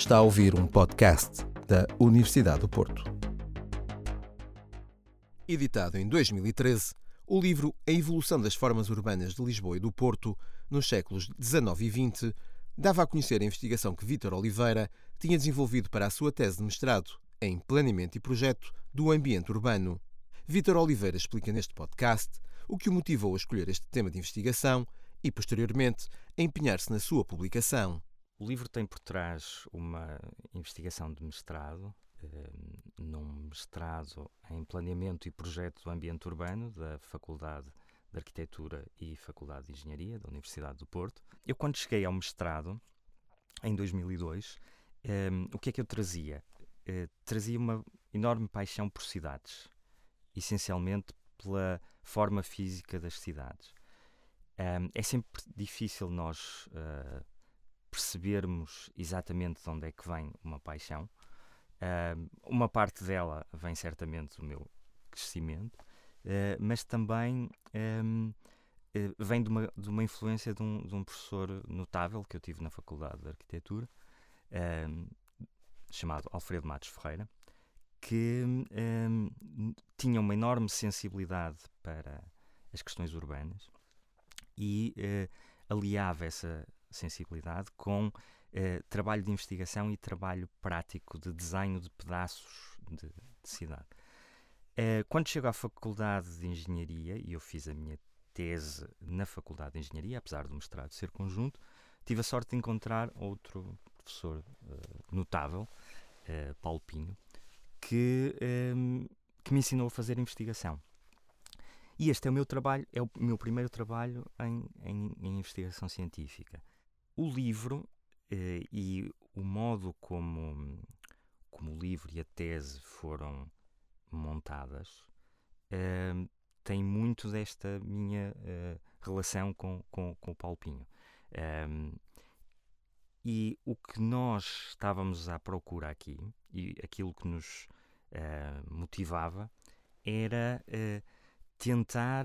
Está a ouvir um podcast da Universidade do Porto. Editado em 2013, o livro A Evolução das Formas Urbanas de Lisboa e do Porto nos séculos XIX e XX dava a conhecer a investigação que Vítor Oliveira tinha desenvolvido para a sua tese de mestrado em Planeamento e Projeto do Ambiente Urbano. Vítor Oliveira explica neste podcast o que o motivou a escolher este tema de investigação e, posteriormente, a empenhar-se na sua publicação. O livro tem por trás uma investigação de mestrado, num mestrado em Planeamento e Projeto do Ambiente Urbano da Faculdade de Arquitetura e Faculdade de Engenharia da Universidade do Porto. Eu, quando cheguei ao mestrado, em 2002, o que é que eu trazia? Trazia uma enorme paixão por cidades, essencialmente pela forma física das cidades. É sempre difícil nós percebermos exatamente de onde é que vem uma paixão. Uma parte dela vem certamente do meu crescimento, mas também vem de uma influência de um professor notável que eu tive na Faculdade de Arquitetura, chamado Alfredo Matos Ferreira, que tinha uma enorme sensibilidade para as questões urbanas e aliava essa sensibilidade com trabalho de investigação e trabalho prático de desenho de pedaços de cidade. Quando chego à Faculdade de Engenharia, e eu fiz a minha tese na Faculdade de Engenharia, apesar do mestrado ser conjunto, tive a sorte de encontrar outro professor notável, Paulo Pinho, que me ensinou a fazer investigação. E este é o meu trabalho, é o meu primeiro trabalho em investigação científica. O livro e o modo como o livro e a tese foram montadas tem muito desta minha relação com o Paulo Pinho. E o que nós estávamos à procura aqui, e aquilo que nos motivava, era tentar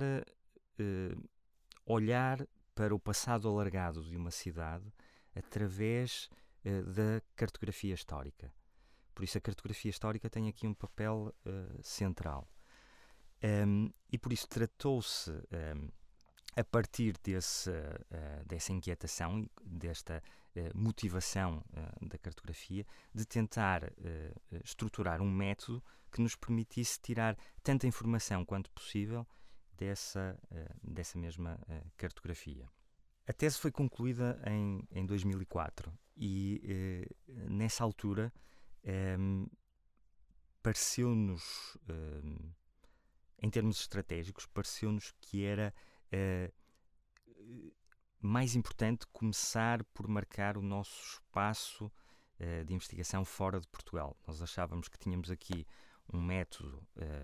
olhar para o passado alargado de uma cidade através da cartografia histórica. Por isso a cartografia histórica tem aqui um papel central. E por isso tratou-se, a partir dessa inquietação e desta motivação da cartografia, de tentar estruturar um método que nos permitisse tirar tanta informação quanto possível dessa mesma cartografia. A tese foi concluída em 2004 e nessa altura pareceu-nos, em termos estratégicos, pareceu-nos que era mais importante começar por marcar o nosso espaço de investigação fora de Portugal. Nós achávamos que tínhamos aqui um método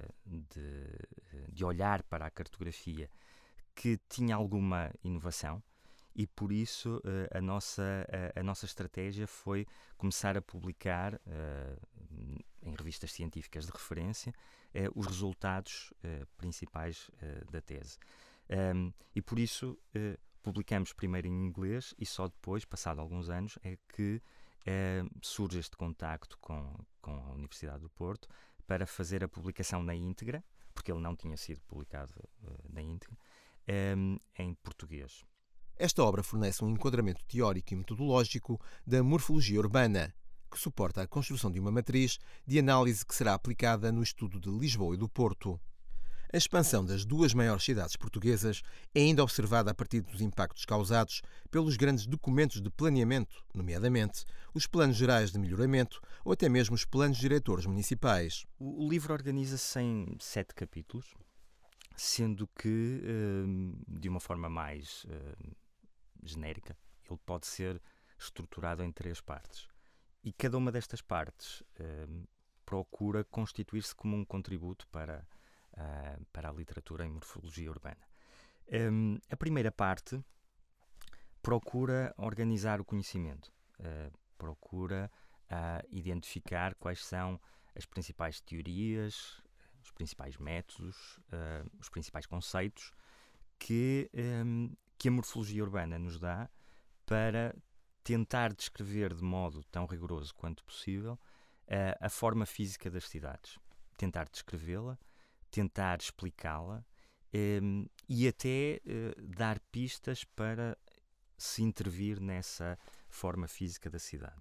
de olhar para a cartografia que tinha alguma inovação e, por isso, a nossa estratégia foi começar a publicar em revistas científicas de referência os resultados principais da tese. E, por isso, publicamos primeiro em inglês e só depois, passado alguns anos, é que surge este contacto com a Universidade do Porto para fazer a publicação na íntegra, porque ele não tinha sido publicado na íntegra, em português. Esta obra fornece um enquadramento teórico e metodológico da morfologia urbana, que suporta a construção de uma matriz de análise que será aplicada no estudo de Lisboa e do Porto. A expansão das duas maiores cidades portuguesas é ainda observada a partir dos impactos causados pelos grandes documentos de planeamento, nomeadamente os planos gerais de melhoramento ou até mesmo os planos diretores municipais. O livro organiza-se em 7 capítulos, sendo que, de uma forma mais genérica, ele pode ser estruturado em 3 partes. E cada uma destas partes procura constituir-se como um contributo para a literatura em morfologia urbana. A primeira parte procura organizar o conhecimento, procura identificar quais são as principais teorias, os principais métodos, os principais conceitos que a morfologia urbana nos dá para tentar descrever de modo tão rigoroso quanto possível a forma física das cidades. Tentar descrevê-la, tentar explicá-la e até dar pistas para se intervir nessa forma física da cidade.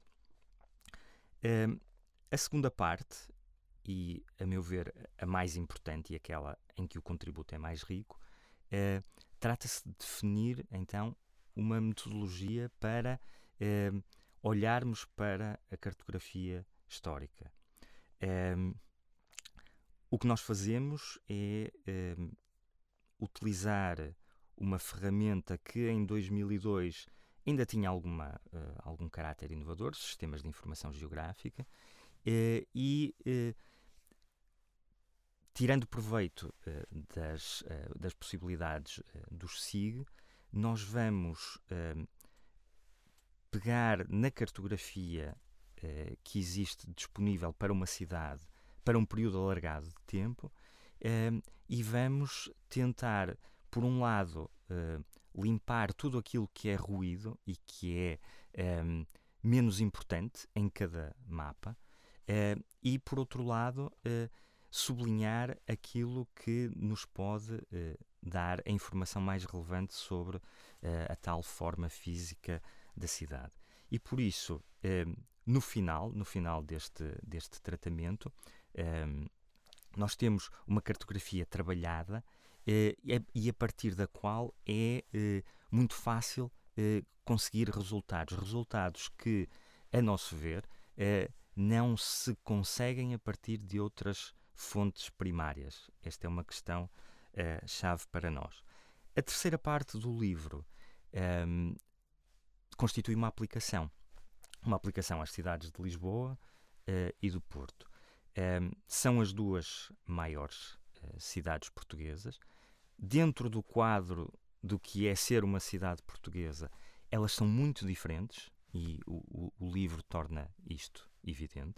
A segunda parte, e a meu ver a mais importante e aquela em que o contributo é mais rico, trata-se de definir então uma metodologia para olharmos para a cartografia histórica. O que nós fazemos é utilizar uma ferramenta que em 2002 ainda tinha algum caráter inovador, sistemas de informação geográfica, e tirando proveito das possibilidades dos SIG, nós vamos pegar na cartografia que existe disponível para uma cidade, para um período alargado de tempo, e vamos tentar, por um lado, limpar tudo aquilo que é ruído e que é menos importante em cada mapa, e, por outro lado, sublinhar aquilo que nos pode dar a informação mais relevante sobre a tal forma física da cidade. E por isso, no final deste tratamento, nós temos uma cartografia trabalhada e a partir da qual é muito fácil conseguir resultados que, a nosso ver, não se conseguem a partir de outras fontes primárias. Esta é uma questão chave para nós. A terceira parte do livro constitui uma aplicação às cidades de Lisboa e do Porto. São as duas maiores cidades portuguesas. Dentro do quadro do que é ser uma cidade portuguesa, elas são muito diferentes e o livro torna isto evidente.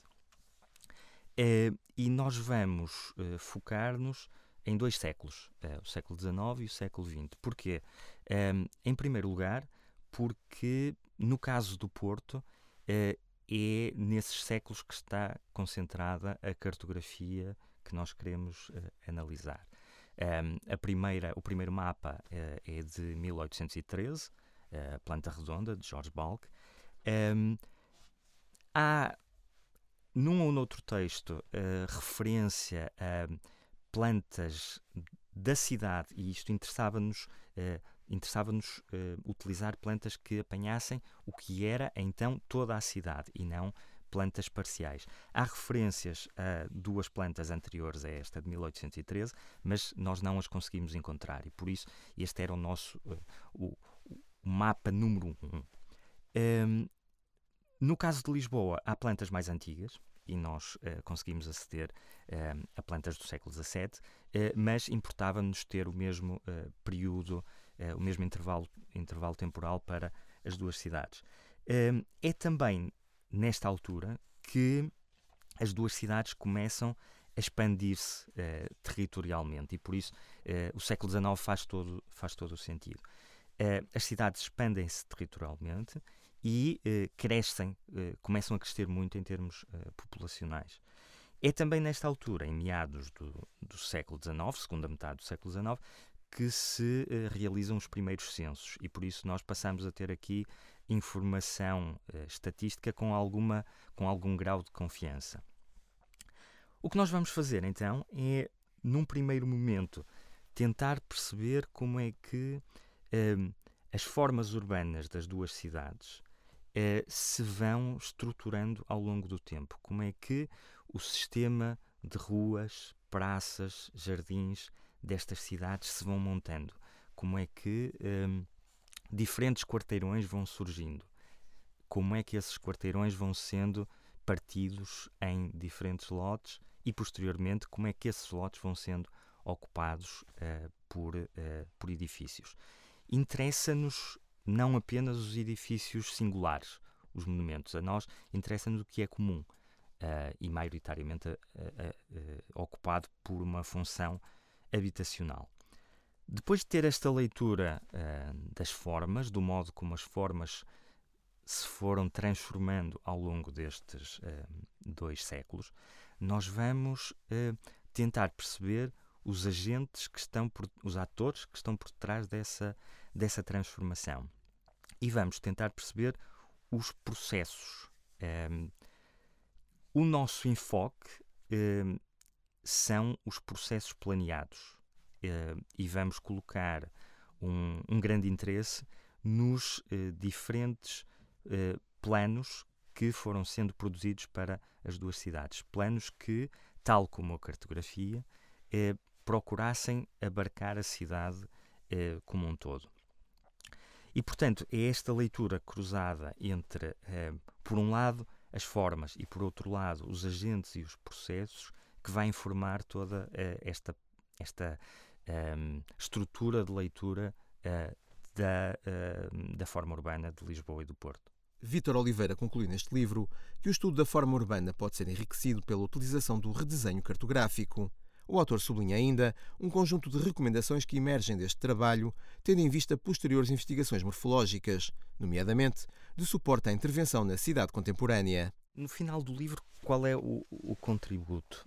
E nós vamos focar-nos em 2 séculos, o século XIX e o século XX. Porquê? Em primeiro lugar, porque no caso do Porto é nesses séculos que está concentrada a cartografia que nós queremos analisar. O primeiro mapa é de 1813, a Planta Redonda, de Jorge Balck. Há, num ou noutro texto, referência a plantas da cidade, e isto interessava-nos utilizar plantas que apanhassem o que era então toda a cidade e não plantas parciais. Há referências a 2 plantas anteriores a esta de 1813, mas nós não as conseguimos encontrar e por isso este era o nosso o mapa número 1. No caso de Lisboa, há plantas mais antigas e nós conseguimos aceder a plantas do século XVII, mas importava-nos ter o mesmo período, o mesmo intervalo temporal para as 2 cidades. É também nesta altura que as 2 cidades começam a expandir-se territorialmente e por isso o século XIX faz todo o sentido. As cidades expandem-se territorialmente e começam a crescer muito em termos populacionais. É também nesta altura, em meados do século XIX, segunda metade do século XIX, que se realizam os primeiros censos e por isso nós passamos a ter aqui informação estatística com algum grau de confiança. O que nós vamos fazer então é, num primeiro momento, tentar perceber como é que as formas urbanas das 2 cidades se vão estruturando ao longo do tempo. Como é que o sistema de ruas, praças, jardins destas cidades se vão montando. Como é que diferentes quarteirões vão surgindo. Como é que esses quarteirões vão sendo partidos em diferentes lotes e, posteriormente, como é que esses lotes vão sendo ocupados por edifícios. Interessa-nos não apenas os edifícios singulares, os monumentos. A nós interessa-nos o que é comum e, maioritariamente, ocupado por uma função habitacional. Depois de ter esta leitura das formas, do modo como as formas se foram transformando ao longo destes 2 séculos, nós vamos tentar perceber os agentes os atores que estão por trás dessa transformação. E vamos tentar perceber os processos. O nosso enfoque são os processos planeados. E vamos colocar um grande interesse nos diferentes planos que foram sendo produzidos para as 2 cidades. Planos que, tal como a cartografia, procurassem abarcar a cidade como um todo. E, portanto, é esta leitura cruzada entre, por um lado, as formas e, por outro lado, os agentes e os processos que vai informar toda esta estrutura de leitura da forma urbana de Lisboa e do Porto. Vítor Oliveira conclui neste livro que o estudo da forma urbana pode ser enriquecido pela utilização do redesenho cartográfico. O autor sublinha ainda um conjunto de recomendações que emergem deste trabalho, tendo em vista posteriores investigações morfológicas, nomeadamente de suporte à intervenção na cidade contemporânea. No final do livro, qual é o contributo?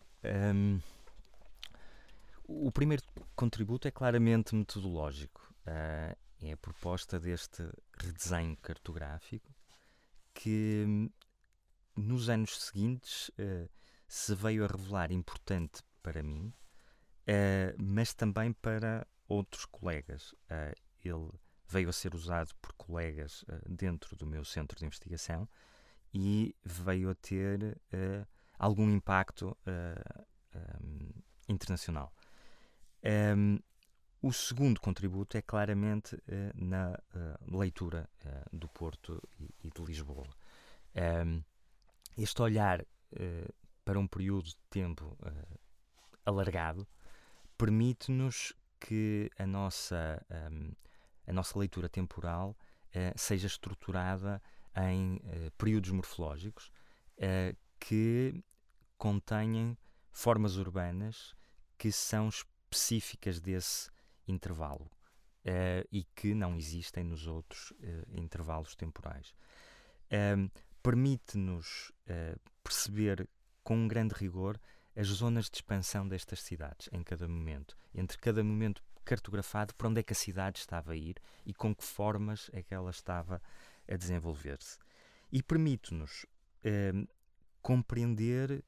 O primeiro contributo é claramente metodológico. É a proposta deste redesenho cartográfico que, nos anos seguintes, se veio a revelar importante para mim, mas também para outros colegas. Ele veio a ser usado por colegas dentro do meu centro de investigação e veio a ter algum impacto internacional. O segundo contributo é claramente na leitura do Porto e de Lisboa. Este olhar para um período de tempo alargado permite-nos que a nossa leitura temporal seja estruturada em períodos morfológicos que contenham formas urbanas que são específicas desse intervalo e que não existem nos outros intervalos temporais. Permite-nos perceber com um grande rigor as zonas de expansão destas cidades em cada momento, entre cada momento cartografado, para onde é que a cidade estava a ir e com que formas é que ela estava a desenvolver-se. E permite-nos compreender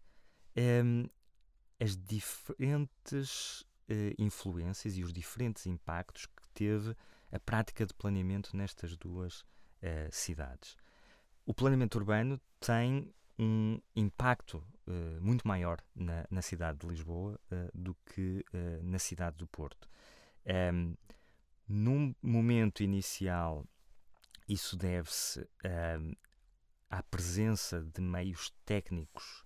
as diferentes influências e os diferentes impactos que teve a prática de planeamento nestas 2 cidades. O planeamento urbano tem um impacto muito maior na cidade de Lisboa do que na cidade do Porto. Num momento inicial, isso deve-se à presença de meios técnicos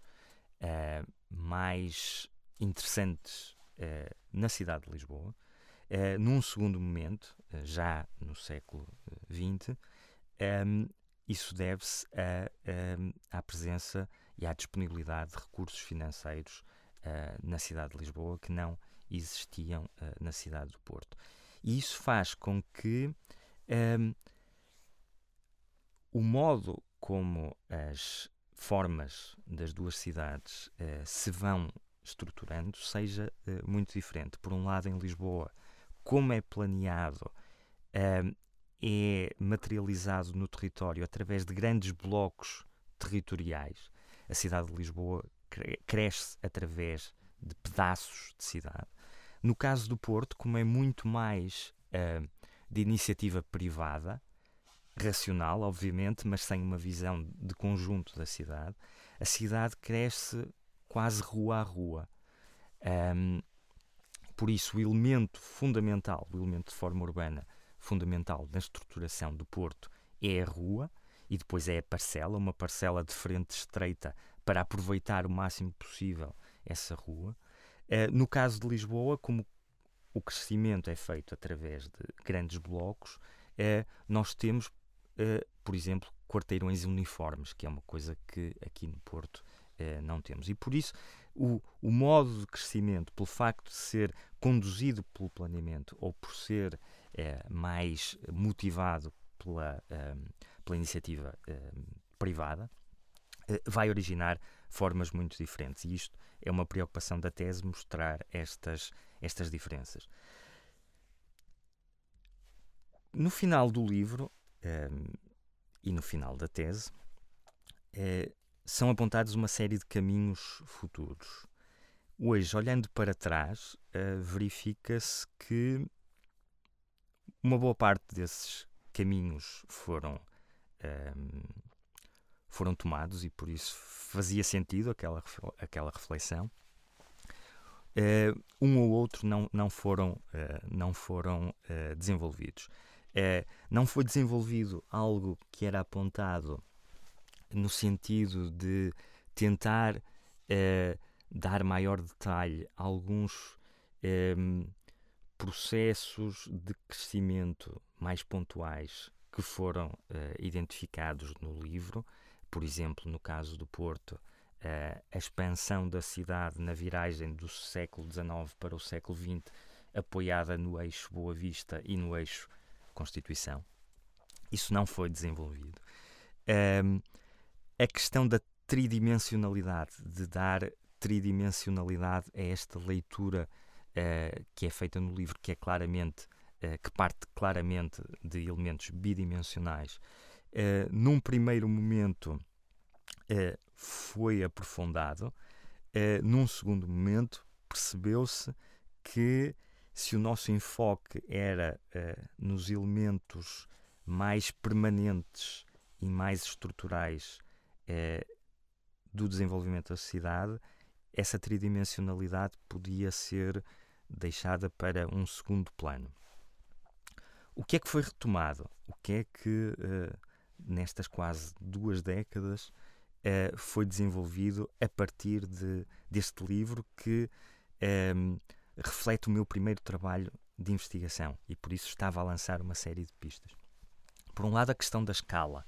mais interessantes na cidade de Lisboa. Num segundo momento, já no século XX, isso deve-se à presença e à disponibilidade de recursos financeiros na cidade de Lisboa que não existiam na cidade do Porto. E isso faz com que o modo como as formas das 2 cidades se vão estruturando seja muito diferente. Por um lado, em Lisboa, como é planeado, é materializado no território através de grandes blocos territoriais. A cidade de Lisboa cresce através de pedaços de cidade. No caso do Porto, como é muito mais de iniciativa privada, racional, obviamente, mas sem uma visão de conjunto da cidade, a cidade cresce quase rua a rua. Por isso, o elemento fundamental, o elemento de forma urbana fundamental na estruturação do Porto é a rua e depois é a parcela, uma parcela de frente estreita para aproveitar o máximo possível essa rua. No caso de Lisboa, como o crescimento é feito através de grandes blocos, nós temos, por exemplo, quarteirões uniformes, que é uma coisa que aqui no Porto não temos. E por isso o modo de crescimento, pelo facto de ser conduzido pelo planeamento ou por ser mais motivado pela iniciativa privada, vai originar formas muito diferentes. E isto é uma preocupação da tese, mostrar estas diferenças. No final do livro e no final da tese, são apontados uma série de caminhos futuros. Hoje, olhando para trás, verifica-se que uma boa parte desses caminhos foram tomados e por isso fazia sentido aquela reflexão. Um ou outro não foram desenvolvidos. Não foi desenvolvido algo que era apontado no sentido de tentar dar maior detalhe a alguns processos de crescimento mais pontuais que foram identificados no livro. Por exemplo, no caso do Porto, a expansão da cidade na viragem do século XIX para o século XX, apoiada no eixo Boa Vista e no eixo Constituição. Isso não foi desenvolvido. A questão da tridimensionalidade, de dar tridimensionalidade a esta leitura que é feita no livro, que parte claramente de elementos bidimensionais, num primeiro momento foi aprofundado. Num segundo momento percebeu-se que, se o nosso enfoque era nos elementos mais permanentes e mais estruturais do desenvolvimento da sociedade, essa tridimensionalidade podia ser deixada para um segundo plano. O que é que foi retomado? O que é que, nestas quase 2 décadas, foi desenvolvido a partir deste livro que reflete o meu primeiro trabalho de investigação e por isso estava a lançar uma série de pistas. Por um lado, a questão da escala.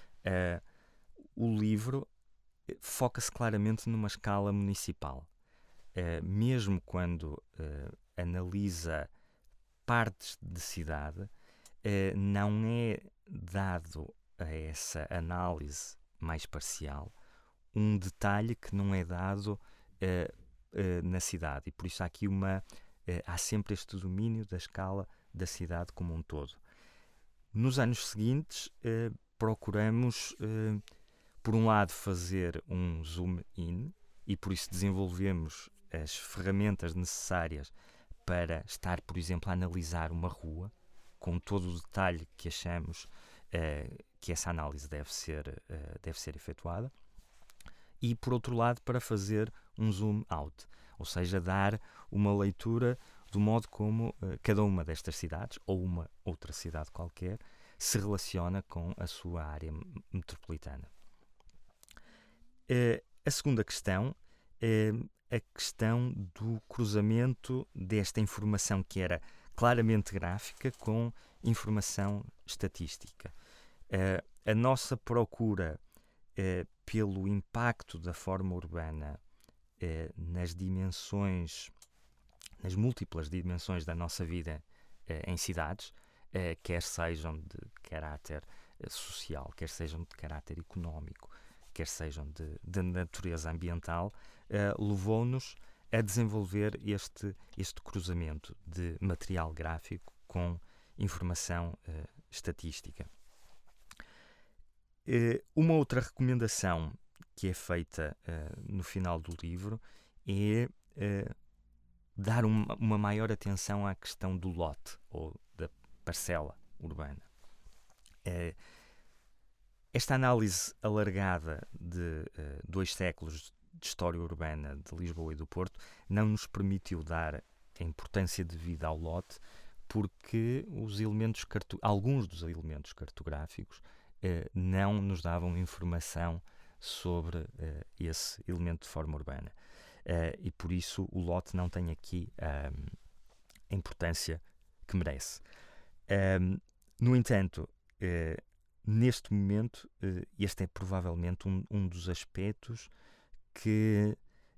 O livro foca-se claramente numa escala municipal. Mesmo quando analisa partes de cidade, não é dado a essa análise mais parcial um detalhe que não é dado na cidade. E por isso há sempre este domínio da escala da cidade como um todo. Nos anos seguintes, procuramos, por um lado, fazer um zoom in e por isso desenvolvemos as ferramentas necessárias para estar, por exemplo, a analisar uma rua com todo o detalhe que achamos que essa análise deve ser efetuada, e, por outro lado, para fazer um zoom out, ou seja, dar uma leitura do modo como cada uma destas cidades, ou uma outra cidade qualquer, se relaciona com a sua área metropolitana. A segunda questão é a questão do cruzamento desta informação que era claramente gráfica com informação estatística. A nossa procura pelo impacto da forma urbana nas múltiplas dimensões da nossa vida em cidades, quer sejam de caráter social, quer sejam de caráter económico, quer sejam de natureza ambiental, levou-nos a desenvolver este cruzamento de material gráfico com informação estatística. Uma outra recomendação que é feita no final do livro é dar uma maior atenção à questão do lote ou da parcela urbana. Esta análise alargada de 2 séculos de história urbana de Lisboa e do Porto não nos permitiu dar a importância devida ao lote, porque alguns dos elementos cartográficos não nos davam informação sobre esse elemento de forma urbana. E por isso o lote não tem aqui a importância que merece. No entanto, neste momento, este é provavelmente um dos aspectos que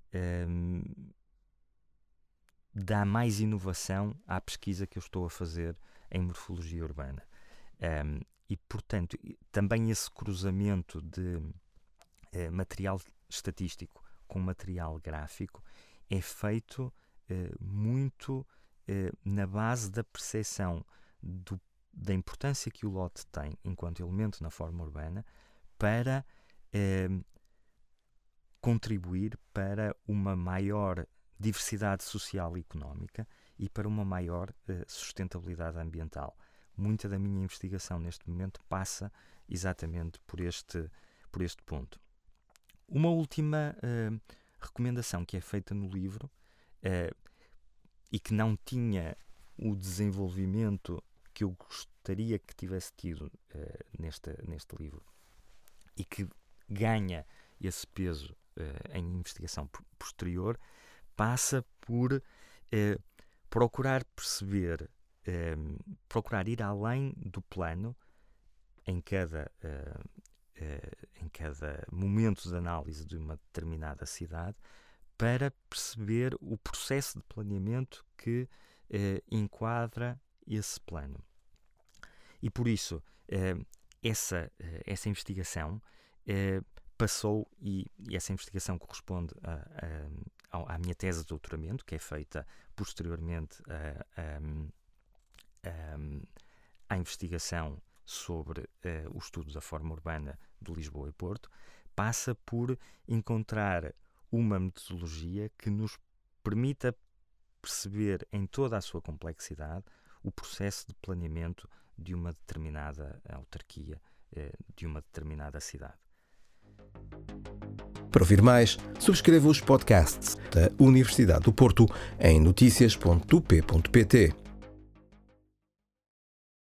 dá mais inovação à pesquisa que eu estou a fazer em morfologia urbana. E, portanto, também esse cruzamento de material estatístico com material gráfico é feito muito na base da percepção da importância que o lote tem enquanto elemento na forma urbana para contribuir para uma maior diversidade social e económica e para uma maior sustentabilidade ambiental. Muita da minha investigação neste momento passa exatamente por este ponto. Uma última recomendação que é feita no livro e que não tinha o desenvolvimento que eu gostaria que tivesse tido neste livro e que ganha esse peso em investigação posterior, passa por procurar perceber, procurar ir além do plano em cada momento de análise de uma determinada cidade, para perceber o processo de planeamento que enquadra esse plano. E por isso, essa investigação passou, e essa investigação corresponde à minha tese de doutoramento, que é feita posteriormente à investigação sobre o estudo da forma urbana de Lisboa e Porto, passa por encontrar uma metodologia que nos permita perceber em toda a sua complexidade o processo de planeamento de uma determinada autarquia, de uma determinada cidade. Para ouvir mais, subscreva os podcasts da Universidade do Porto em noticias.up.pt.